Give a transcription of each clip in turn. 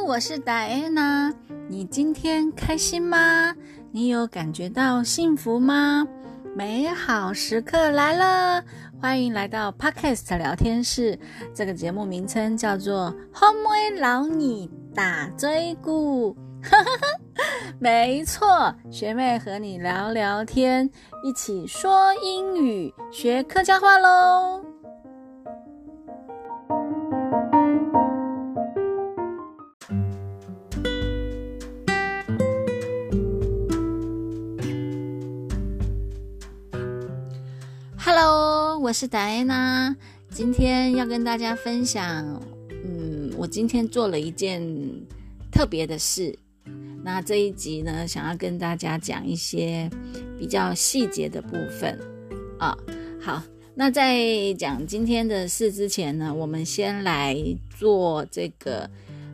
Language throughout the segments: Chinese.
我是戴安娜。你今天开心吗？你有感觉到幸福吗？美好时刻来了，欢迎来到 Podcast 聊天室。这个节目名称叫做可唔可以留你打嘴鼓没错，学妹和你聊聊天，一起说英语，学客家话咯。Hello， 我是戴安娜，今天要跟大家分享，我今天做了一件特别的事。那这一集呢，想要跟大家讲一些比较细节的部分啊。好，那在讲今天的事之前呢，我们先来做这个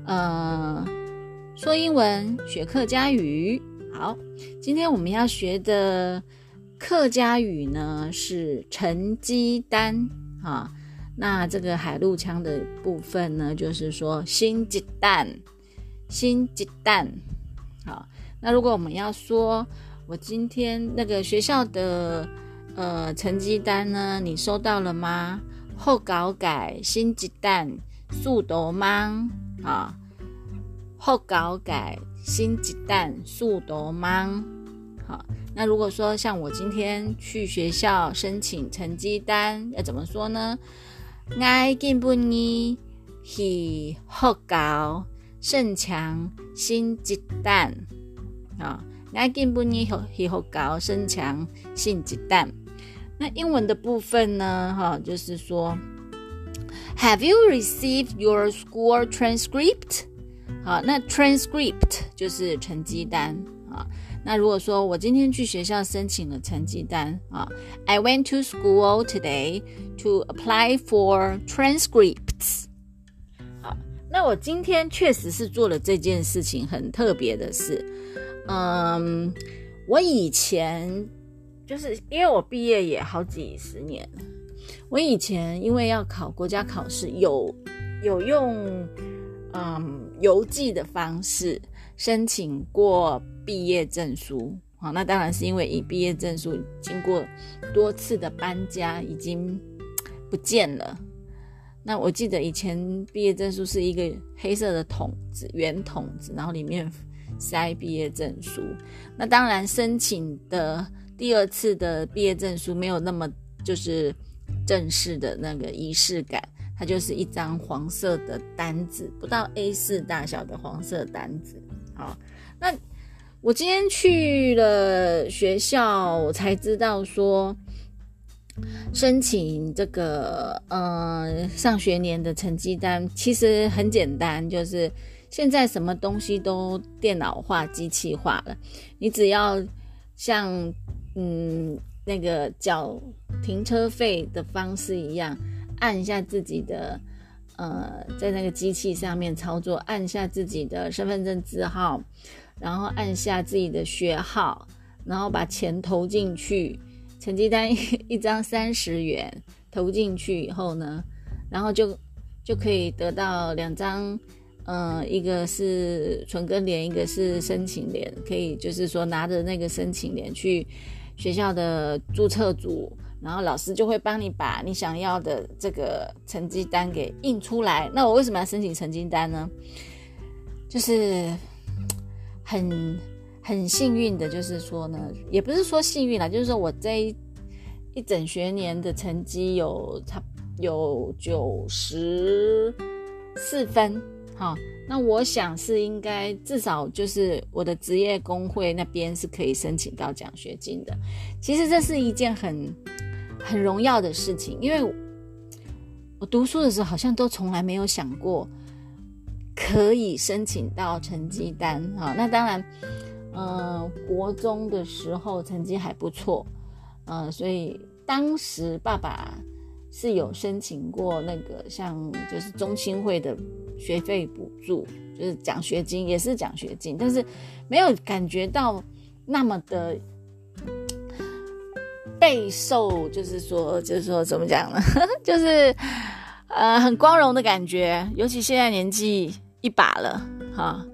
说英文学客家语。好，今天我们要学的客家语呢是成绩单啊。那这个海陆腔的部分呢，就是说新鸡蛋，新鸡蛋。好，那如果我们要说我今天那个学校的成绩单呢，你收到了吗？后稿改新鸡蛋速读吗？啊，后稿改新鸡蛋速读吗？好，那如果说像我今天去学校申请成绩单，要怎么说呢？我今天去学校申请新鸡蛋啊！我今天去学校申请新鸡蛋。那英文的部分呢？就是说 Have you received your school transcript？ 好，那 transcript 就是成绩单啊。那如果说我今天去学校申请了成绩单啊 I went to school today to apply for transcripts。 好，那我今天确实是做了这件事情，很特别的事。我以前就是因为我毕业也好几十年了，我以前因为要考国家考试，有用邮寄的方式申请过毕业证书。好，那当然是因为毕业证书经过多次的搬家已经不见了。那我记得以前毕业证书是一个黑色的桶子，圆桶子，然后里面塞毕业证书。那当然申请的第二次的毕业证书没有那么就是正式的那个仪式感，它就是一张黄色的单子，不到 A4 大小的黄色单子。好，那我今天去了学校，我才知道说申请这个上学年的成绩单其实很简单，就是现在什么东西都电脑化、机器化了，你只要像那个缴停车费的方式一样，按一下自己的在那个机器上面操作，按一下自己的身份证字号，然后按下自己的学号，然后把钱投进去，成绩单一张30元投进去以后呢，然后就可以得到2张，一个是存根联，一个是申请联，可以就是说拿着那个申请联去学校的注册组，然后老师就会帮你把你想要的这个成绩单给印出来。那我为什么要申请成绩单呢？就是很幸运的，就是说呢，也不是说幸运啦，就是说我这一整学年的成绩有94分。好，那我想是应该至少就是我的职业工会那边是可以申请到奖学金的。其实这是一件很荣耀的事情，因为我读书的时候好像都从来没有想过可以申请到成绩单。好，那当然国中的时候成绩还不错，所以当时爸爸是有申请过那个像就是中青会的学费补助，就是奖学金，也是奖学金，但是没有感觉到那么的备受，就是说怎么讲呢就是很光荣的感觉，尤其现在年纪一把了哈，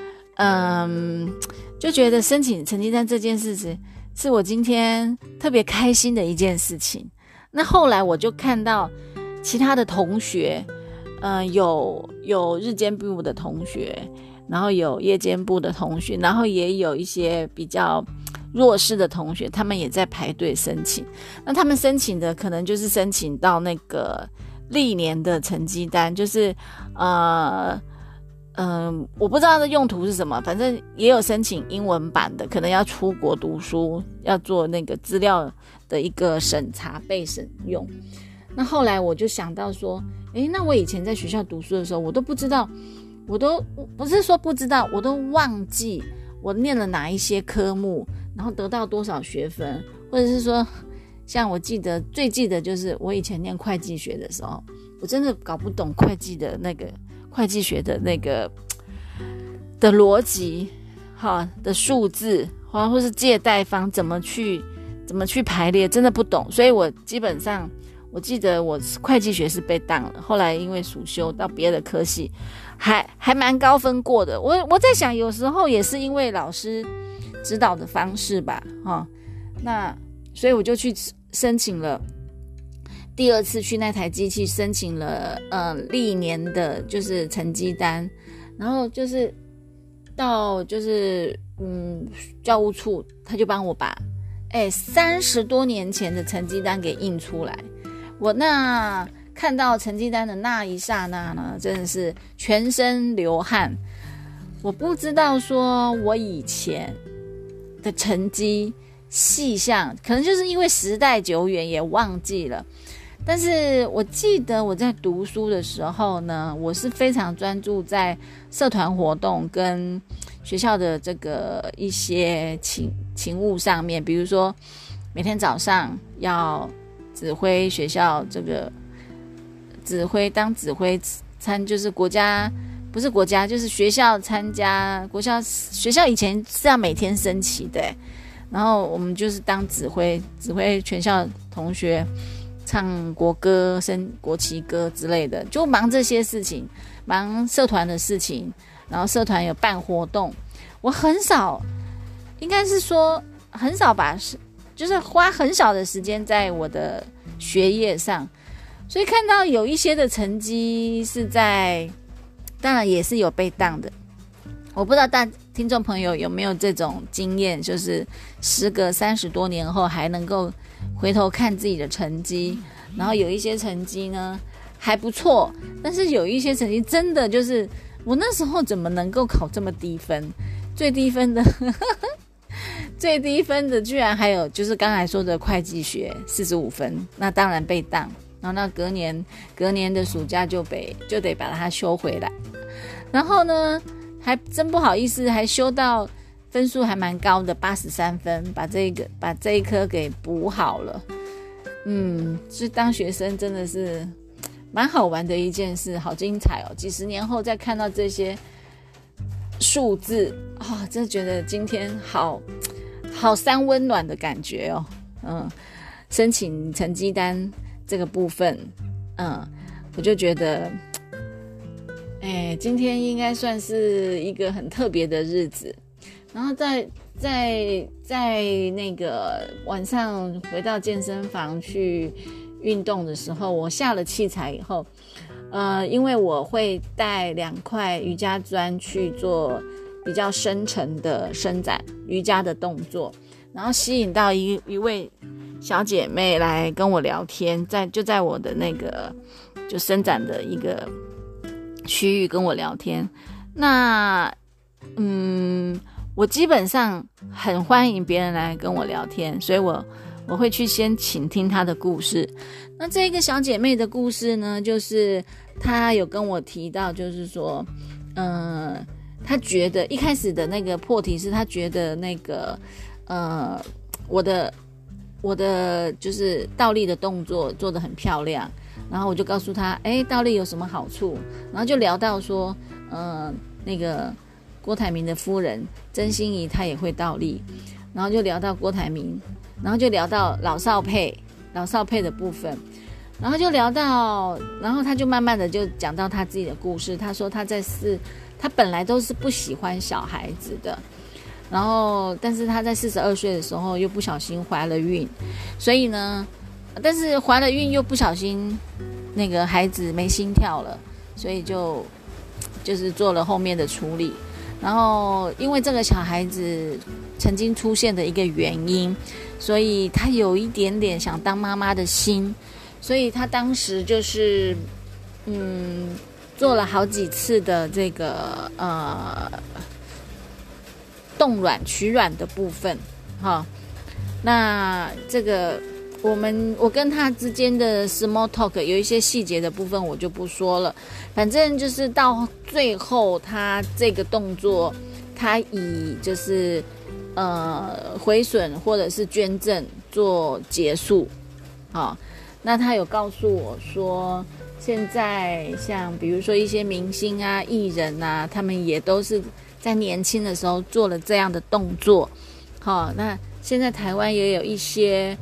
就觉得申请成绩单这件事情是我今天特别开心的一件事情。那后来我就看到其他的同学，有日间部的同学，然后有夜间部的同学，然后也有一些比较弱势的同学，他们也在排队申请。那他们申请的可能就是申请到那个历年的成绩单，就是我不知道的用途是什么，反正也有申请英文版的，可能要出国读书，要做那个资料的一个审查备审用。那后来我就想到说，那我以前在学校读书的时候，我都不知道，我都不是说不知道，我都忘记我念了哪一些科目，然后得到多少学分，或者是说，像我最记得就是我以前念会计学的时候，我真的搞不懂会计学的那个的逻辑，的数字，或是借贷方怎么去排列，真的不懂。所以我基本上我记得我会计学是被当了，后来因为暑修到别的科系，还蛮高分过的。我在想，有时候也是因为老师指导的方式吧，那所以我就去申请了。第二次去那台机器申请了历年的就是成绩单，然后就是到就是教务处，他就帮我把30多年前的成绩单给印出来。我那看到成绩单的那一刹那呢，真的是全身流汗。我不知道说我以前的成绩细项，可能就是因为时代久远也忘记了。但是我记得我在读书的时候呢，我是非常专注在社团活动跟学校的这个一些勤务上面，比如说每天早上要指挥学校这个当指挥就是就是学校参加学校以前是要每天升旗的，然后我们就是当指挥全校同学唱国歌、升国旗歌之类的，就忙这些事情，忙社团的事情，然后社团有办活动，我很少，应该是说很少就是花很少的时间在我的学业上，所以看到有一些的成绩是当然也是有被当的。我不知道听众朋友有没有这种经验，就是时隔30多年后还能够回头看自己的成绩，然后有一些成绩呢还不错，但是有一些成绩真的就是我那时候怎么能够考这么低分，最低分的居然还有就是刚才说的会计学45分，那当然被当，然后那隔年的暑假就得把它修回来，然后呢还真不好意思，还修到分数还蛮高的83分，把这一科给补好了。所以当学生真的是蛮好玩的一件事，好精彩哦！几十年后再看到这些数字，真的觉得今天好三温暖的感觉哦。申请成绩单这个部分，我就觉得今天应该算是一个很特别的日子。然后在那个晚上回到健身房去运动的时候，我下了器材以后，因为我会带2块瑜伽砖去做比较深层的伸展瑜伽的动作，然后吸引到一位小姐妹来跟我聊天，就在我的那个就伸展的一个区域跟我聊天。那我基本上很欢迎别人来跟我聊天，所以我会去先倾听她的故事。那这个小姐妹的故事呢，就是她有跟我提到，就是说她觉得一开始的那个破题是她觉得那个我的就是倒立的动作做得很漂亮，然后我就告诉她倒立有什么好处，然后就聊到说那个郭台铭的夫人曾心怡她也会倒立，然后就聊到郭台铭，然后就聊到老少配的部分， 然后就聊到，然后他就慢慢的就讲到他自己的故事。他说他本来都是不喜欢小孩子的，然后但是他在42岁的时候又不小心怀了孕，所以呢，但是怀了孕又不小心那个孩子没心跳了，所以就是做了后面的处理。然后因为这个小孩子曾经出现的一个原因，所以他有一点点想当妈妈的心，所以他当时就是做了好几次的这个冻卵取卵的部分哈。那这个我跟他之间的 small talk 有一些细节的部分我就不说了，反正就是到最后他这个动作他以就是毁损或者是捐赠做结束。好，那他有告诉我说现在像比如说一些明星啊艺人啊，他们也都是在年轻的时候做了这样的动作。好，那现在台湾也有一些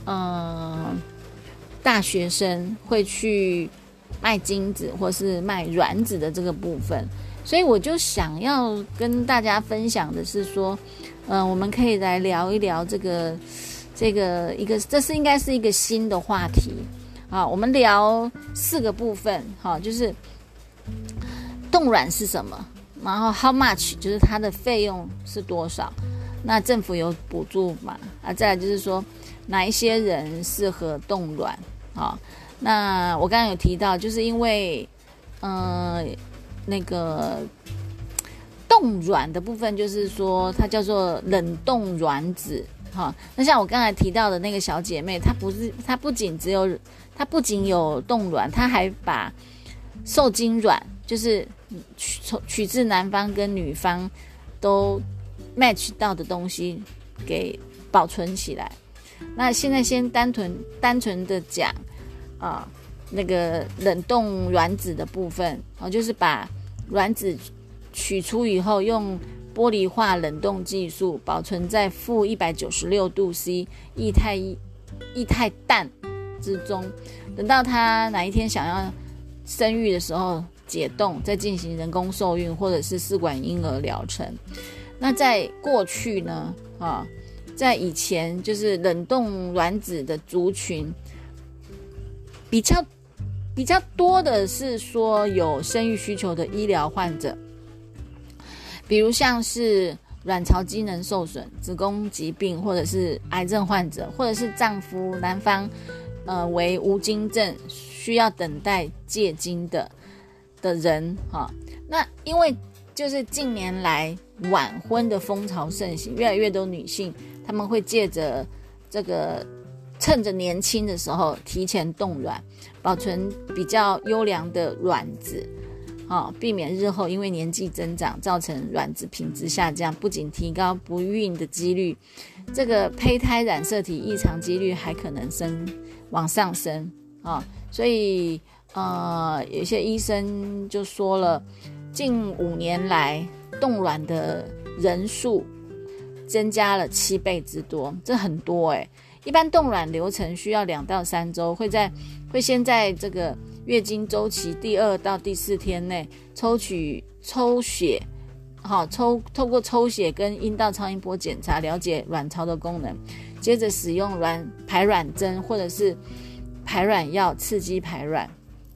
大学生会去卖精子或是卖卵子的这个部分，所以我就想要跟大家分享的是说，我们可以来聊一聊这个这是应该是一个新的话题啊。我们聊4个部分，好，就是冻卵是什么，然后 how much 就是它的费用是多少，那政府有补助嘛？再来就是说哪一些人适合冻卵啊？那我刚刚有提到，就是因为那个冻卵的部分，就是说它叫做冷冻卵子哈。那像我刚才提到的那个小姐妹，她不仅有冻卵，她还把受精卵，就是取自男方跟女方都 match 到的东西给保存起来。那现在先单纯的讲那个冷冻卵子的部分，就是把卵子取出以后，用玻璃化冷冻技术保存在负196度 C 液态氮之中，等到他哪一天想要生育的时候解冻，再进行人工受孕或者是试管婴儿疗程。那在过去呢在以前就是冷冻卵子的族群比较多的是说有生育需求的医疗患者，比如像是卵巢机能受损、子宫疾病或者是癌症患者，或者是丈夫男方为无精症需要等待借精的人那因为就是近年来晚婚的风潮盛行，越来越多女性她们会借着这个趁着年轻的时候提前冻卵，保存比较优良的卵子避免日后因为年纪增长造成卵子品质下降，不仅提高不孕的几率，这个胚胎染色体异常几率还可能往上升所以有些医生就说了，近5年来冻卵的人数增加了7倍之多，这很多一般冻卵流程需要2到3周，会先在这个月经周期第2到第4天内抽血透过抽血跟阴道超音波检查了解卵巢的功能，接着使用排卵针或者是排卵药刺激排卵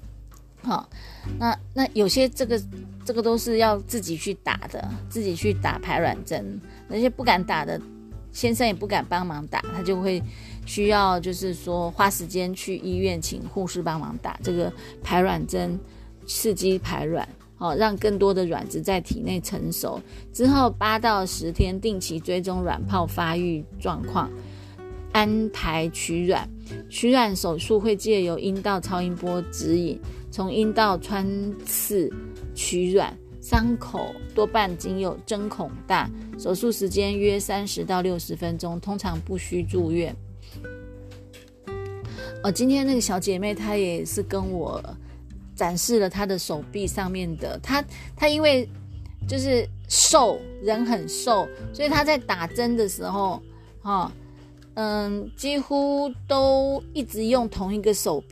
那有些这个都是要自己去打的，自己去打排卵针，那些不敢打的先生也不敢帮忙打，他就会需要就是说花时间去医院请护士帮忙打这个排卵针，刺激排卵让更多的卵子在体内成熟之后8到10天定期追踪卵泡发育状况，安排取卵手术会借由阴道超音波指引，从阴道穿刺取卵，伤口多半仅有针孔大，手术时间约30到60分钟，通常不需住院。今天那个小姐妹她也是跟我展示了她的手臂上面的，她因为就是人很瘦，所以她在打针的时候几乎都一直用同一个手臂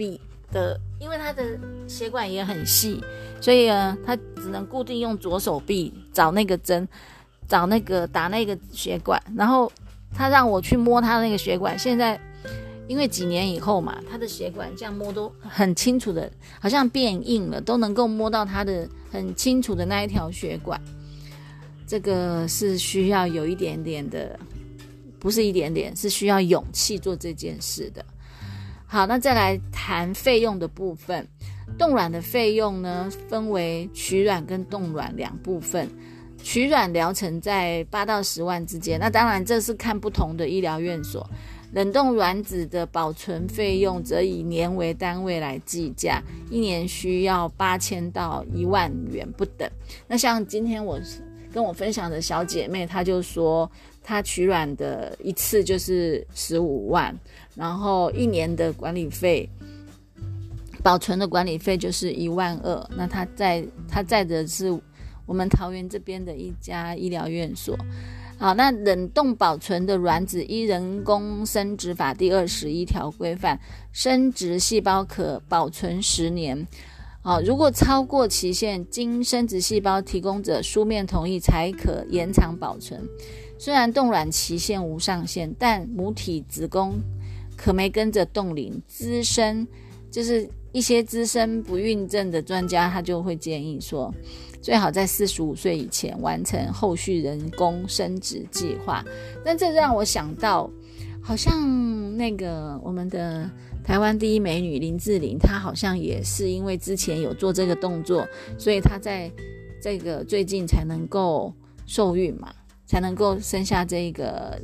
因为它的血管也很细，所以它只能固定用左手臂找那个针，打那个血管，然后他让我去摸他那个血管。现在因为几年以后嘛，他的血管这样摸都很清楚的，好像变硬了，都能够摸到他的很清楚的那一条血管。这个是需要有一点点的，不是一点点，是需要勇气做这件事的。好，那再来谈费用的部分。冻卵的费用呢，分为取卵跟冻卵两部分。取卵疗程在8到10万之间，那当然这是看不同的医疗院所。冷冻卵子的保存费用则以年为单位来计价，一年需要8000到1万元不等。那像今天我跟我分享的小姐妹，她就说她取卵的一次就是15万，然后1年的管理费，保存的管理费就是1万2。那她在的是我们桃园这边的一家医疗院所。好，那冷冻保存的卵子依人工生殖法第21条规范，生殖细胞可保存10年。如果超过期限，经生殖细胞提供者书面同意才可延长保存。虽然冻卵期限无上限，但母体子宫可没跟着冻龄。就是一些资深不孕症的专家，他就会建议说，最好在45岁以前完成后续人工生殖计划。但这让我想到，好像那个我们的台湾第一美女林志玲，她好像也是因为之前有做这个动作，所以她在这个最近才能够受孕嘛，才能够生下这个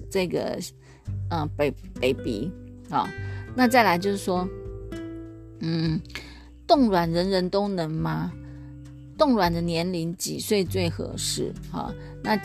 baby 那再来就是说，冻卵人人都能吗？冻卵的年龄几岁最合适？那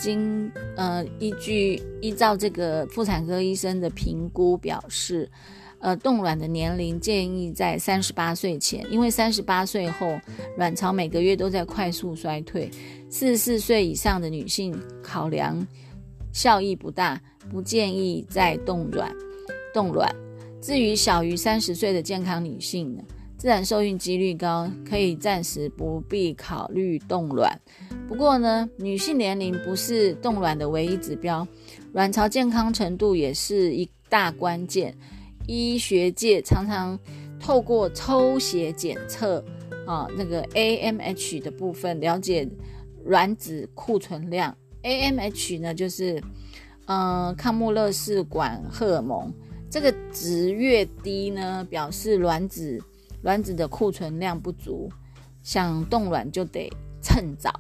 依照这个妇产科医生的评估表示，冻卵的年龄建议在38岁前，因为38岁后卵巢每个月都在快速衰退。44岁以上的女性考量效益不大，不建议再冻卵。至于小于30岁的健康女性呢，自然受孕几率高，可以暂时不必考虑冻卵。不过呢，女性年龄不是冻卵的唯一指标，卵巢健康程度也是一大关键。医学界常常透过抽血检测那个 AMH 的部分了解卵子库存量。AMH 呢就是抗穆勒氏管荷尔蒙，这个值越低呢，表示卵子的库存量不足，想冻卵就得趁早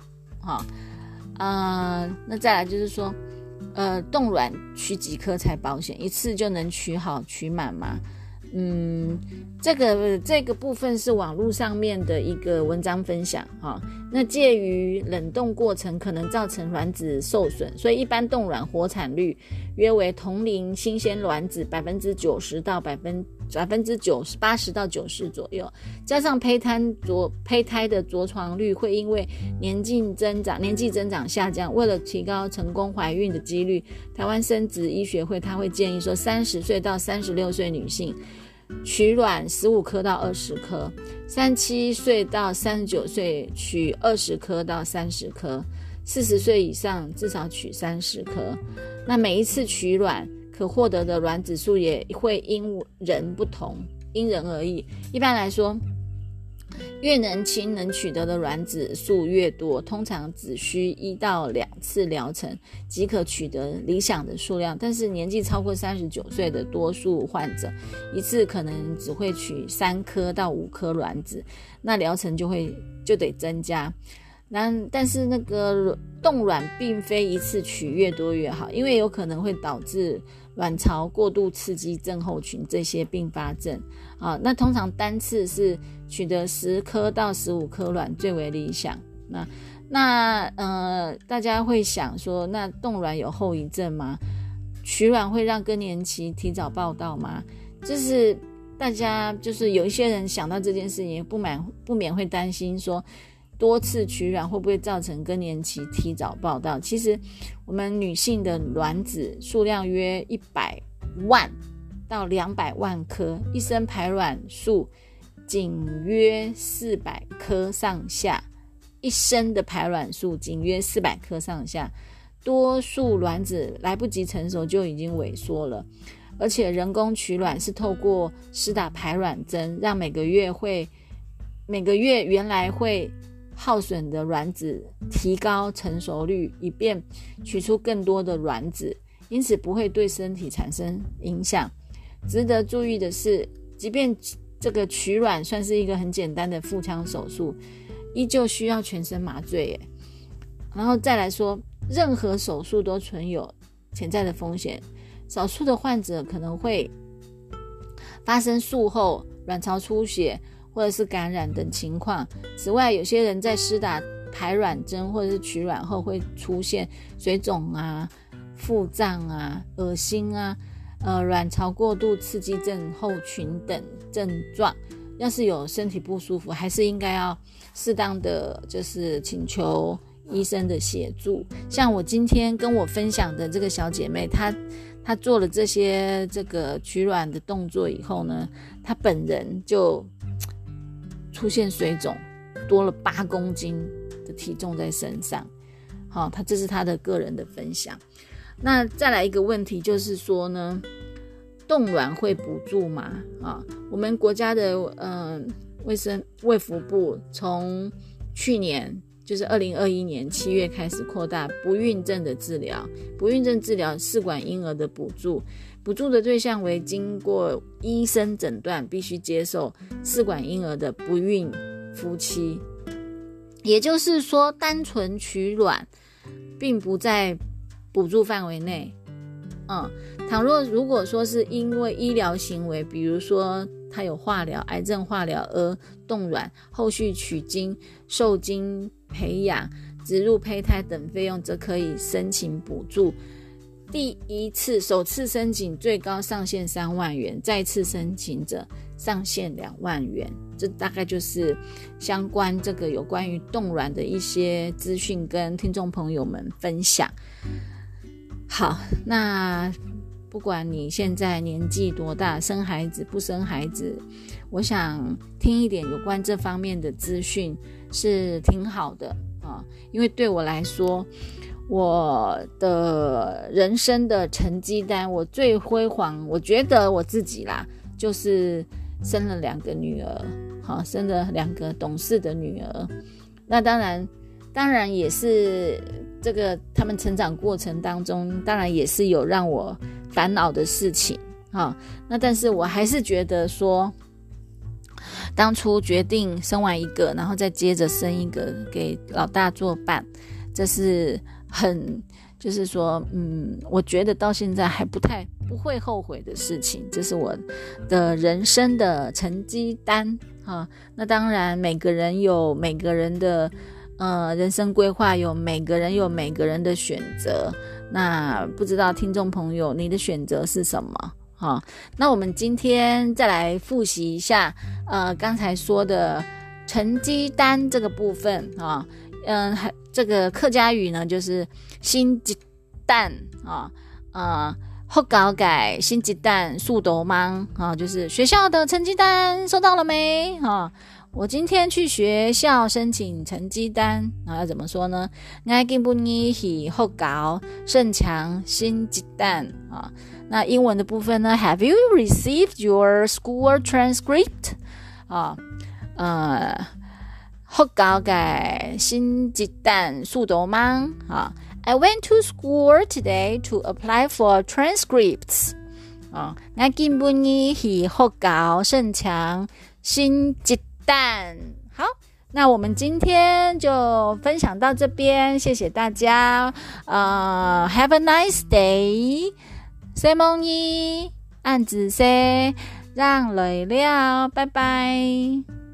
那再来就是说，冻卵取几颗才保险？一次就能取好取满吗？这个部分是网络上面的一个文章分享那介于冷冻过程可能造成卵子受损，所以一般冻卵活产率约为同龄新鲜卵子90%到80%到90%左右，加上胚胎的着床率会因为年纪增长下降。为了提高成功怀孕的几率，台湾生殖医学会他会建议说，30岁到36岁女性取卵15颗到20颗，37岁到39岁取20颗到30颗，40岁以上至少取30颗。那每一次取卵可获得的卵子数也会因人不同，因人而异。一般来说，越年轻能取得的卵子数越多，通常只需1到2次疗程即可取得理想的数量。但是年纪超过39岁的多数患者，一次可能只会取3颗到5颗卵子，那疗程就得增加。但是那个冻卵并非一次取越多越好，因为有可能会导致卵巢过度刺激症候群这些并发症那通常单次是取得10颗到15颗卵最为理想。那大家会想说，那冻卵有后遗症吗？取卵会让更年期提早报到吗？就是大家就是有一些人想到这件事情，不免会担心说，多次取卵会不会造成更年期提早报到？其实我们女性的卵子数量约100万到200万颗，一生排卵数仅约400颗上下，一生的排卵数仅约400颗上下，多数卵子来不及成熟就已经萎缩了。而且人工取卵是透过施打排卵针，让每个月原来会耗损的卵子提高成熟率，以便取出更多的卵子，因此不会对身体产生影响。值得注意的是，即便这个取卵算是一个很简单的腹腔手术，依旧需要全身麻醉耶。然后再来说，任何手术都存有潜在的风险，少数的患者可能会发生术后卵巢出血或者是感染等情况。此外，有些人在施打排卵针或者是取卵后会出现水肿啊、腹胀啊、恶心啊、卵巢过度刺激症候群等症状。要是有身体不舒服，还是应该要适当的就是请求医生的协助。像我今天跟我分享的这个小姐妹，她做了这些这个取卵的动作以后呢，她本人就出现水肿，多了8公斤的体重在身上。好，这是她的个人的分享。那再来一个问题就是说呢，冻卵会补助吗？我们国家的卫福部从去年就是2021年7月开始扩大不孕症的治疗，不孕症治疗试管婴儿的补助的对象为经过医生诊断必须接受试管婴儿的不孕夫妻。也就是说，单纯取卵并不在补助范围内。倘若如果说是因为医疗行为，比如说他有化疗、癌症化疗而冻卵，后续取精、受精、培养、植入胚胎等费用，则可以申请补助。首次申请最高上限3万元，再次申请者上限2万元。这大概就是相关这个有关于冻卵的一些资讯跟听众朋友们分享。好，那不管你现在年纪多大，生孩子不生孩子，我想听一点有关这方面的资讯是挺好的因为对我来说，我的人生的成绩单，我最辉煌，我觉得我自己啦，就是生了2个女儿，生了2个懂事的女儿。那当然也是这个他们成长过程当中，当然也是有让我烦恼的事情那但是我还是觉得说，当初决定生完1个，然后再接着生1个给老大作伴，这是就是说我觉得到现在还不会后悔的事情。这是我的人生的成绩单那当然每个人有每个人的人生规划，每个人有每个人的选择。那不知道听众朋友你的选择是什么那我们今天再来复习一下刚才说的成绩单这个部分这个客家语呢就是新鸡蛋后搞改新鸡蛋速斗忙就是学校的成绩单收到了没我今天去学校申请成绩单要怎么说呢？我今天去学校申请新鸡蛋那英文的部分呢 Have you received your school transcript? 學校嘅新雞蛋速讀嗎I went to school today to apply for transcripts. 我今天去學校申請新雞蛋。好，那我們今天就分享到這邊，謝謝大家。Have a nice day. 西蒙伊，暗子西，讓累了，拜拜。